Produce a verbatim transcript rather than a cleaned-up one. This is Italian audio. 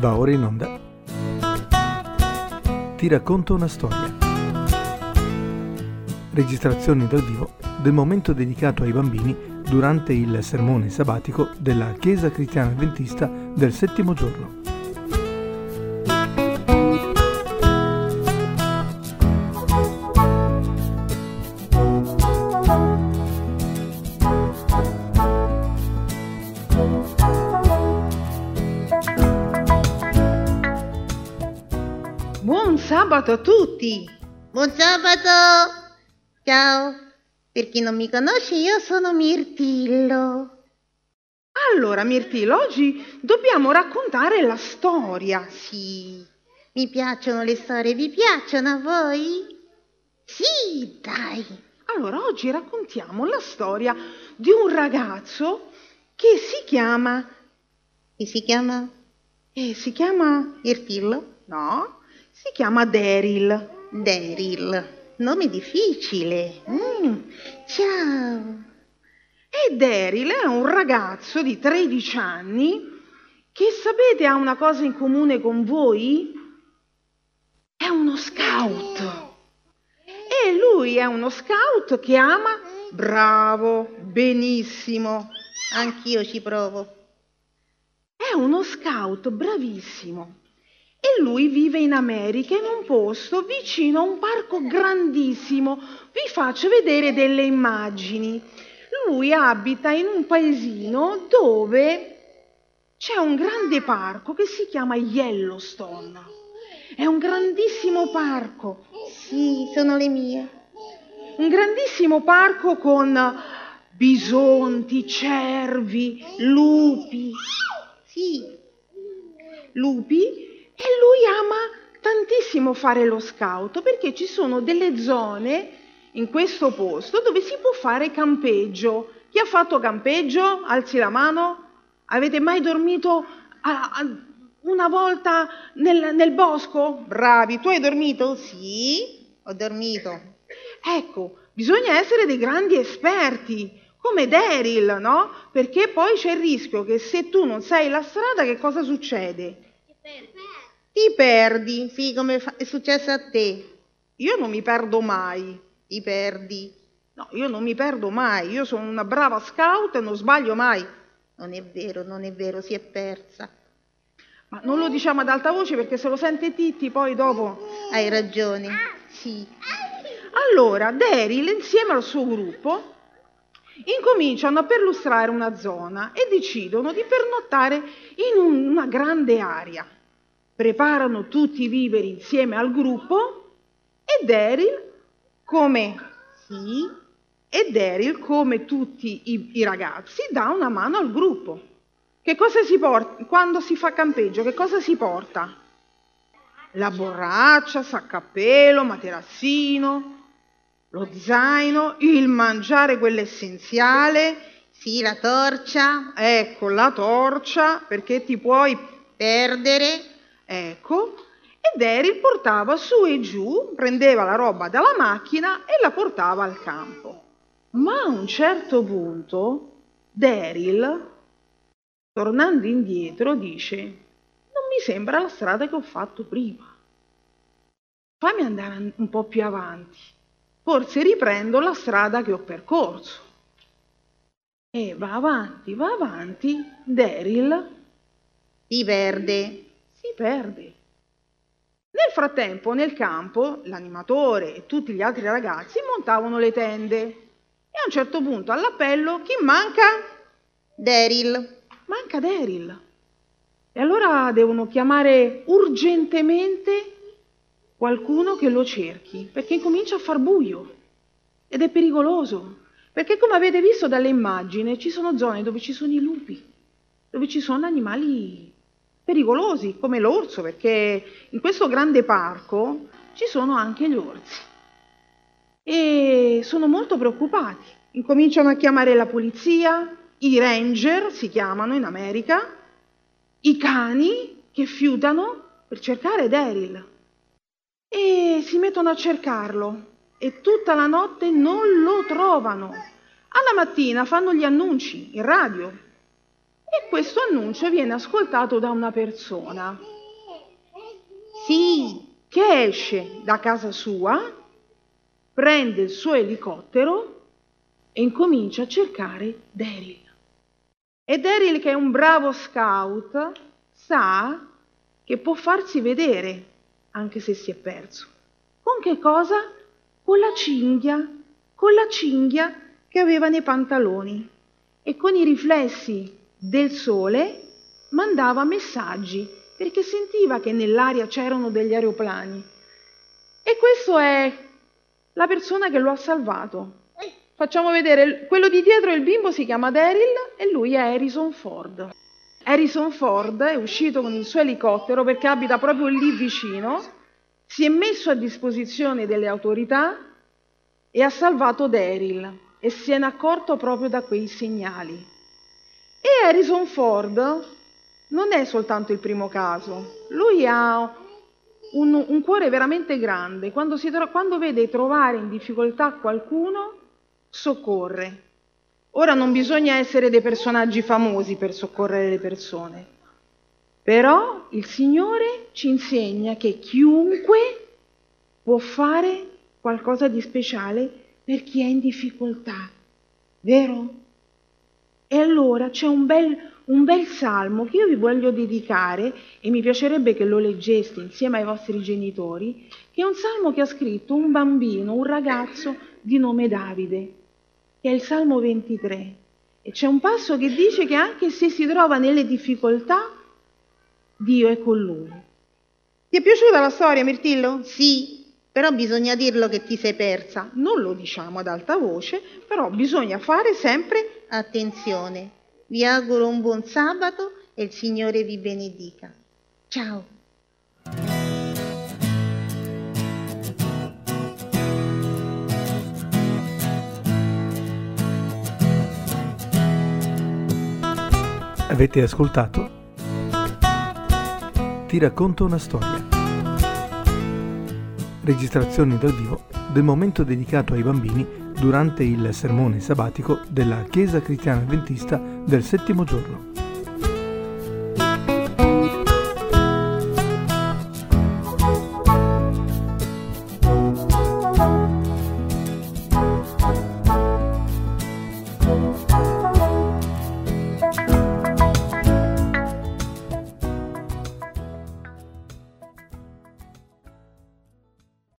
Va ora in onda. Ti racconto una storia. Registrazioni dal vivo del momento dedicato ai bambini durante il sermone sabbatico della Chiesa Cristiana Adventista del Settimo Giorno. Buon sabato a tutti! Buon sabato! Ciao! Per chi non mi conosce, io sono Mirtillo. Allora, Mirtillo, oggi dobbiamo raccontare la storia. Sì, mi piacciono le storie, vi piacciono a voi? Sì, dai! Allora, oggi raccontiamo la storia di un ragazzo che si chiama... Che si chiama? Eh, si chiama... Mirtillo? No, si chiama Daryl. Daryl. Nome difficile. Mm. Ciao. E Daryl è un ragazzo di tredici anni che, sapete, ha una cosa in comune con voi? È uno scout. E lui è uno scout che ama... Bravo, benissimo. Anch'io ci provo. È uno scout bravissimo. E lui vive in America, in un posto vicino a un parco grandissimo. Vi faccio vedere delle immagini. Lui abita in un paesino dove c'è un grande parco che si chiama Yellowstone. È un grandissimo parco. Sì, sono le mie. Un grandissimo parco con bisonti, cervi, lupi. Sì. Lupi. E lui ama tantissimo fare lo scout perché ci sono delle zone in questo posto dove si può fare campeggio. Chi ha fatto campeggio? Alzi la mano. Avete mai dormito a, a, una volta nel, nel bosco? Bravi, tu hai dormito? Sì, ho dormito. Ecco, bisogna essere dei grandi esperti, come Daryl, no? Perché poi c'è il rischio che se tu non sai la strada, che cosa succede? Ti perdi. Sì, come è successo a te. Io non mi perdo mai. Ti perdi. No, io non mi perdo mai. Io sono una brava scout e non sbaglio mai. Non è vero, non è vero, si è persa. Ma non lo diciamo ad alta voce perché se lo sente Titti poi dopo... Hai ragione, sì. Allora, Daryl insieme al suo gruppo incominciano a perlustrare una zona e decidono di pernottare in un, una grande area. Preparano tutti i viveri insieme al gruppo e Daryl, come sì, e Daryl, come tutti i, i ragazzi, dà una mano al gruppo. Che cosa si porta quando si fa campeggio? Che cosa si porta? La borraccia, sacco a pelo, materassino, lo zaino, il mangiare quello essenziale, sì, la torcia, ecco la torcia, perché ti puoi perdere. Ecco, e Daryl portava su e giù, prendeva la roba dalla macchina e la portava al campo. Ma a un certo punto Daryl, tornando indietro, dice: non mi sembra la strada che ho fatto prima. Fammi andare un po' più avanti. Forse riprendo la strada che ho percorso. E va avanti, va avanti, Daryl si perde. Si perde. Nel frattempo, nel campo, l'animatore e tutti gli altri ragazzi montavano le tende. E a un certo punto, all'appello, chi manca? Daryl. Manca Daryl. E allora devono chiamare urgentemente qualcuno che lo cerchi, perché incomincia a far buio. Ed è pericoloso. Perché, come avete visto dalle immagini, ci sono zone dove ci sono i lupi, dove ci sono animali pericolosi, come l'orso, perché in questo grande parco ci sono anche gli orsi. E sono molto preoccupati. Incominciano a chiamare la polizia, i ranger si chiamano in America, i cani che fiutano per cercare Daryl. E si mettono a cercarlo e tutta la notte non lo trovano. Alla mattina fanno gli annunci in radio e questo annuncio viene ascoltato da una persona. Sì. Che esce da casa sua, prende il suo elicottero e incomincia a cercare Daryl. E Daryl, che è un bravo scout, sa che può farsi vedere anche se si è perso. Con che cosa? Con la cinghia, con la cinghia che aveva nei pantaloni, e con i riflessi del sole mandava messaggi perché sentiva che nell'aria c'erano degli aeroplani. E questo è la persona che lo ha salvato. Facciamo vedere, quello di dietro, il bimbo, si chiama Daryl e lui è Harrison Ford. Harrison Ford è uscito con il suo elicottero perché abita proprio lì vicino, si è messo a disposizione delle autorità e ha salvato Daryl, e se ne è accorto proprio da quei segnali. E Harrison Ford non è soltanto il primo caso, lui ha un, un cuore veramente grande. Quando, si tro- quando vede trovare in difficoltà qualcuno, soccorre. Ora non bisogna essere dei personaggi famosi per soccorrere le persone, però il Signore ci insegna che chiunque può fare qualcosa di speciale per chi è in difficoltà, vero? E allora c'è un bel, un bel salmo che io vi voglio dedicare, e mi piacerebbe che lo leggeste insieme ai vostri genitori, che è un salmo che ha scritto un bambino, un ragazzo di nome Davide, che è il Salmo ventitré. E c'è un passo che dice che anche se si trova nelle difficoltà, Dio è con lui. Ti è piaciuta la storia, Mirtillo? Sì, però bisogna dirlo che ti sei persa. Non lo diciamo ad alta voce, però bisogna fare sempre attenzione. Vi auguro un buon sabato e il Signore vi benedica. Ciao. Avete ascoltato? Ti racconto una storia. Registrazioni dal vivo del momento dedicato ai bambini durante il sermone sabbatico della Chiesa Cristiana Adventista del Settimo Giorno.